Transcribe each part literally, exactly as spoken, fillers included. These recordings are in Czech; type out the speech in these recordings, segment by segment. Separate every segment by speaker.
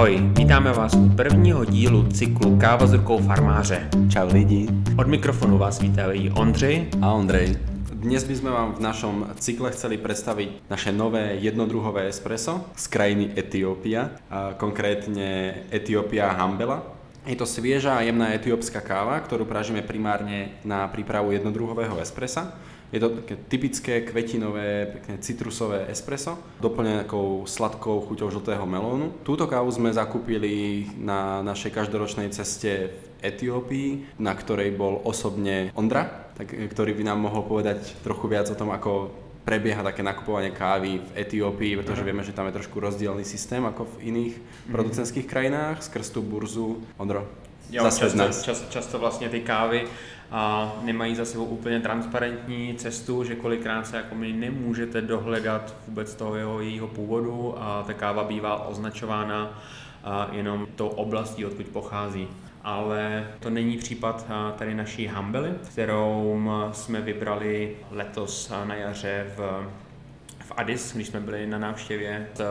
Speaker 1: Ahoj, vítáme vás u prvního dílu cyklu Káva s rukou farmáře.
Speaker 2: Čau lidi.
Speaker 1: Od mikrofonu vás vítají Ondřej
Speaker 2: a Ondrej. Dnes by sme vám v našom cykle chceli predstaviť naše nové jednodruhové espresso z krajiny Etiópia, a konkrétne Etiópia Hambela. Je to svieža a jemná etiópska káva, ktorú pražíme primárne na prípravu jednodruhového espressa. Je to také typické kvetinové, pekne citrusové espresso, doplnené takou sladkou chuťou žltého melónu. Túto kávu sme zakúpili na našej každoročnej ceste v Etiópii, na ktorej bol osobne Ondra, tak, ktorý by nám mohol povedať trochu viac o tom, ako prebieha také nakupovanie kávy v Etiópii, pretože vieme, že tam je trošku rozdielný systém ako v iných mm. producentských krajinách, skrz tú burzu. Ondro,
Speaker 1: zase často, často, často vlastně ty kávy a nemají za sebou úplně transparentní cestu, že kolikrát se jako my nemůžete dohledat vůbec toho jeho, jejího původu a ta káva bývá označována jenom tou oblastí, odkud pochází. Ale to není případ tady naší Hambely, kterou jsme vybrali letos na jaře v, v Addis, když jsme byli na návštěvě s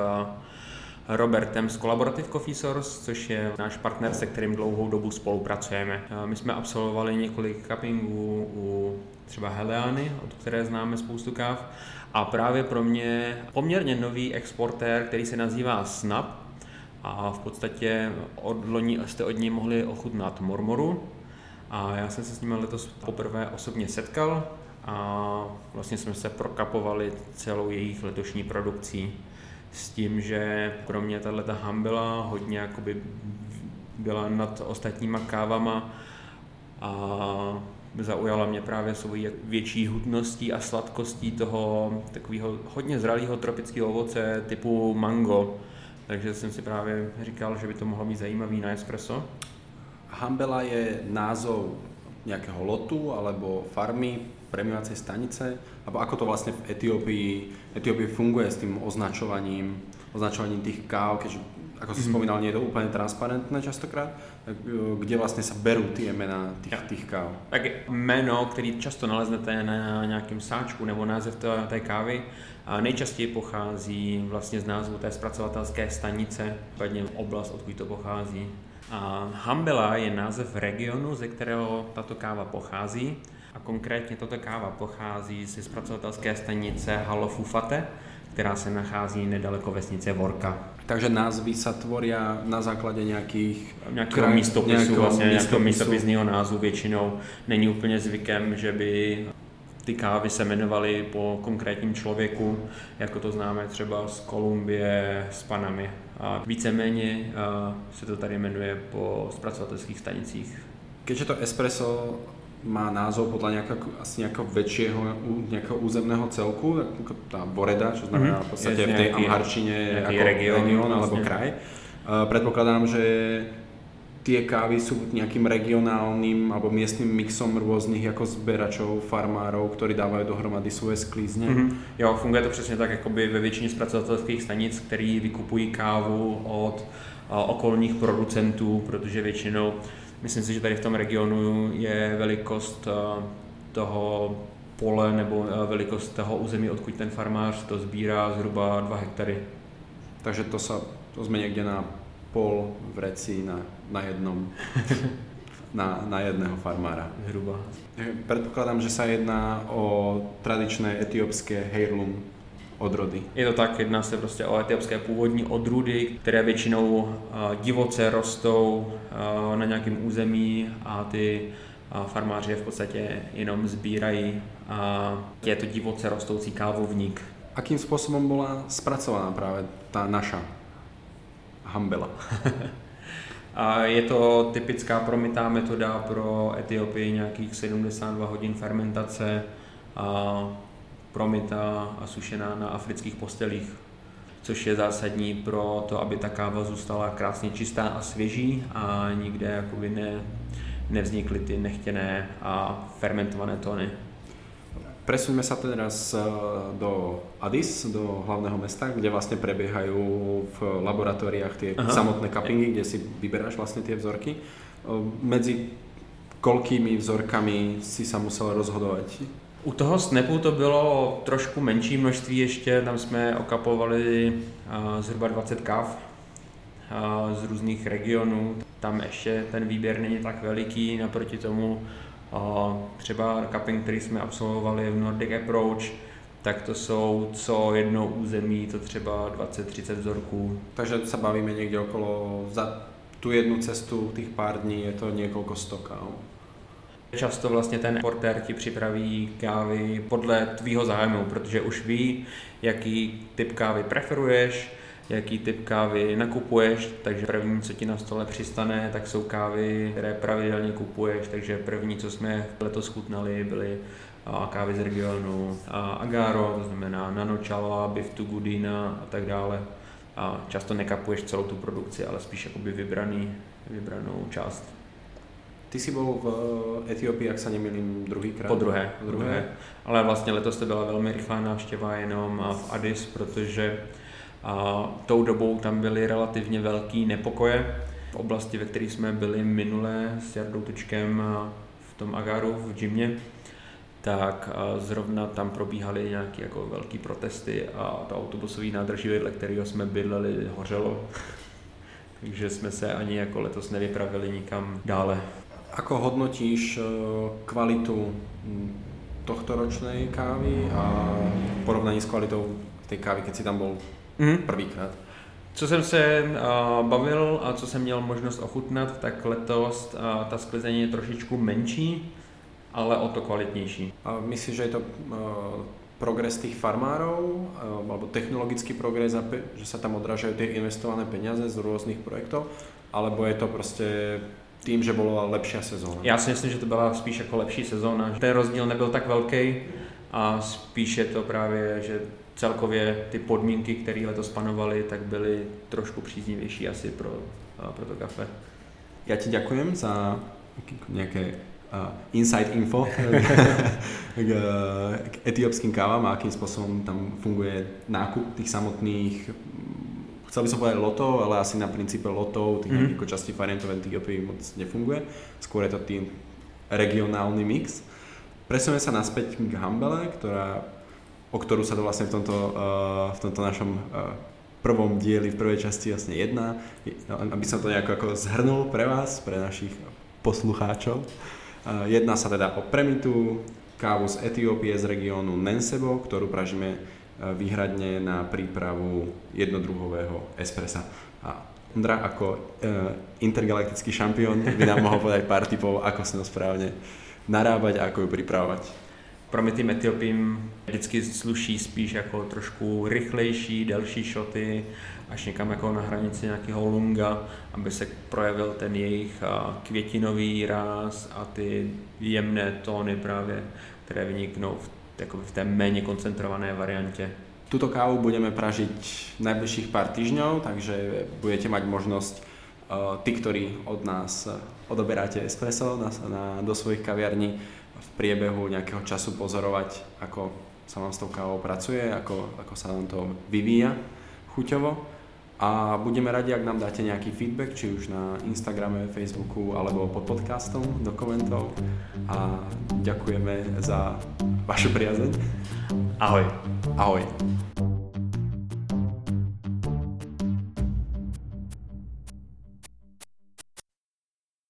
Speaker 1: Robertem z Collaborative Coffee Source, což je náš partner, se kterým dlouhou dobu spolupracujeme. My jsme absolvovali několik cuppingů u třeba Heleany, od které známe spoustu káv, a právě pro mě poměrně nový exportér, který se nazývá Snap, a v podstatě od loni jste od ní mohli ochutnat Mormoru a já jsem se s nimi letos poprvé osobně setkal a vlastně jsme se prokapovali celou jejich letošní produkcí s tím, že pro mě tato Hambela hodně jakoby byla nad ostatníma kávama a zaujala mě právě svojí větší hutností a sladkostí toho takového hodně zralého tropického ovoce typu mango. Takže jsem si právě říkal, že by to mohlo být zajímavý na espresso.
Speaker 2: Hambela je názov nějakého lotu alebo farmy, premiovacej stanice, alebo ako to vlastne v Etiópii, Etiópii funguje s tým označovaním, označovaním tých káv, keďže, ako si mm-hmm. spomínal, nie je to úplne transparentné častokrát, tak, kde vlastne sa berú tie mená tých, ja. tých káv?
Speaker 1: Tak jméno, který často naleznete na nějakém sáčku nebo název té, té kávy, a nejčastěji pochází vlastně z názvu té zpracovatelské stanice, případně oblast, odkud to pochází. A Hambela je název regionu, ze kterého tato káva pochází. A konkrétně tato káva pochází ze zpracovatelské stanice Halofufate, která se nachází nedaleko vesnice Vorka.
Speaker 2: Takže názvy sa tvoria na základe nejakých
Speaker 1: nějakého místopisu, nějakého vlastně nějakého místopisného názvu většinou. Není úplně zvykem, že by ty kávy se jmenovaly po konkrétním člověku, jako to známe třeba z Kolumbie, z Panamy. A víceméně se to tady jmenuje po zpracovatelských stanicích.
Speaker 2: Keďže to espresso má názov podľa nejakého, asi nejakého väčšieho nejakého územného celku, ako tá Boreda, čo znamená v podstate v tej amharčine ako región alebo kraj. Uh, predpokladám, že tie kávy sú nejakým regionálnym alebo miestnym mixom rôznych ako zberačov, farmárov, ktorí dávajú dohromady svoje sklízně.
Speaker 1: Mm-hmm. Jo, funguje to přesně tak, jakoby ve většině zpracovatelských stanic, který vykupují kávu od uh, okolních producentů, protože většinou myslím si, že tady v tom regionu je velikost toho pole nebo velikost toho území, odkud ten farmář to sbírá, zhruba dva hektary.
Speaker 2: Takže to, sa, to sme niekde na pol vreci na, na jednom, na, na jedného farmára.
Speaker 1: Zhruba.
Speaker 2: Predpokladám, že sa jedná o tradičné etiópske heirloom odrody.
Speaker 1: Je to tak, jedná se prostě o etiopské původní odrůdy, které většinou uh, divoce rostou uh, na nějakém území a ty uh, farmáři je v podstatě jenom sbírají a je to divoce rostoucí kávovník.
Speaker 2: Akým způsobem byla spracovaná právě ta naša Hambela?
Speaker 1: A je to typická promytá metoda pro Etiopii, nějakých sedmdesát dva hodin fermentace a promytá a sušená na afrických postelích, což je zásadní pro to, aby ta káva zůstala krásně čistá a svěží a nikde jakoby ne, nevznikly ty nechtěné a fermentované tóny.
Speaker 2: Presuňme sa teraz do Addis, do hlavného mesta, kde vlastne prebiehajú v laboratóriách tie Aha. samotné cuppingy, kde si vyberáš vlastne tie vzorky. Medzi koľkými vzorkami si sa musel rozhodovať?
Speaker 1: U toho Snapu to bylo trošku menší množství ještě, tam jsme okapovali uh, zhruba dvacet káv z různých regionů. Tam ještě ten výběr není tak veliký, naproti tomu třeba cupping, který jsme absolvovali v Nordic Approach, tak to jsou co jedno území, to třeba dvacet třicet vzorků.
Speaker 2: Takže sa bavíme niekde okolo, za tú jednu cestu tých pár dní je to niekoľko sto káv.
Speaker 1: Často vlastně ten importér ti připraví kávy podle tvýho zájmu, protože už ví, jaký typ kávy preferuješ, jaký typ kávy nakupuješ, takže první, co ti na stole přistane, tak jsou kávy, které pravidelně kupuješ, takže první, co jsme letos chutnali, byly kávy z regionu Agaro, to znamená Nanočala, Biftu Gudina a tak dále. A často nekapuješ celou tu produkci, ale spíš jakoby vybraný, vybranou část.
Speaker 2: Ty si bol v Etiópii, ak sa nemýlim, druhýkrát?
Speaker 1: Po druhé, po druhé. Ale vlastně letos to byla velmi rychlá návštěva jenom v Addis, protože a tou dobou tam byly relativně velký nepokoje v oblasti, ve které jsme byli minule s Jardou Tučkem v tom Agaru v gymě, tak zrovna tam probíhaly nějaké jako velké protesty a to autobusové nádraží, vedle kterého jsme bydleli, hořelo. Takže jsme se ani jako letos nevypravili nikam dále.
Speaker 2: Ako hodnotíš kvalitu tohtoročnej kávy a v porovnaní s kvalitou tej kávy, keď si tam bol mm. prvýkrát?
Speaker 1: Co jsem se uh, bavil a co jsem měl možnost ochutnat, tak letos uh, ta sklizeň je trošičku menší, ale o to kvalitnější.
Speaker 2: A myslíš, že je to uh, progres tých farmárov, uh, alebo technologický progres, a pe- že sa tam odrážajú tie investované peniaze z rôznych projektov, alebo je to prostě tím, že byla lepší sezóna?
Speaker 1: Já si myslím, že to byla spíš jako lepší sezóna. Ten rozdíl nebyl tak velký a spíš je to právě, že celkově ty podmínky, které letos panovaly, tak byly trošku příznivější asi pro, pro to kafe.
Speaker 2: Já ti děkujem za nějaké uh, inside info k, k etiópským kávám a akým spôsobom tam funguje nákup tých samotných, chcel by som povedať lotov, ale asi na princípe lotov, tých mm. ako časti variantov v Etiópii moc nefunguje. Skôr je to tým regionálny mix. Presunieme sa naspäť k Hambele, ktorá, o ktorú sa to vlastne v tomto, uh, v tomto našom uh, prvom dieli, v prvej časti vlastne jedná. Aby som to nejako ako zhrnul pre vás, pre našich poslucháčov. Uh, jedná sa teda o Premitu, kávu z Etiópie z regiónu Nensebo, ktorú pražíme výhradne na prípravu jednodruhového espressa. A Ondra ako e, intergalaktický šampión by nám mohol povedať pár tipov, ako sa to správne narábať a ako ju pripravovať.
Speaker 1: Pro mě tým Etiopím vždycky sluší spíš jako trošku rychlejší, delší šoty, až někam jako na hranici nějakého lunga, aby se projevil ten jejich květinový ráz a ty jemné tóny právě, které vyniknou v, jako v té méně koncentrované variantě.
Speaker 2: Tuto kávu budeme pražiť najbližších pár týždňov, takže budete mať možnosť uh, tí, ktorí od nás odoberáte espresso na, na, do svojich kaviarní, v priebehu nejakého času pozorovať, ako sa vám s tou kávou pracuje, ako, ako sa nám to vyvíja chuťovo. A budeme radi, ak nám dáte nejaký feedback, či už na Instagrame, Facebooku alebo pod podcastom do komentov. A ďakujeme za vašu priazeň.
Speaker 1: Ahoj.
Speaker 2: Ahoj.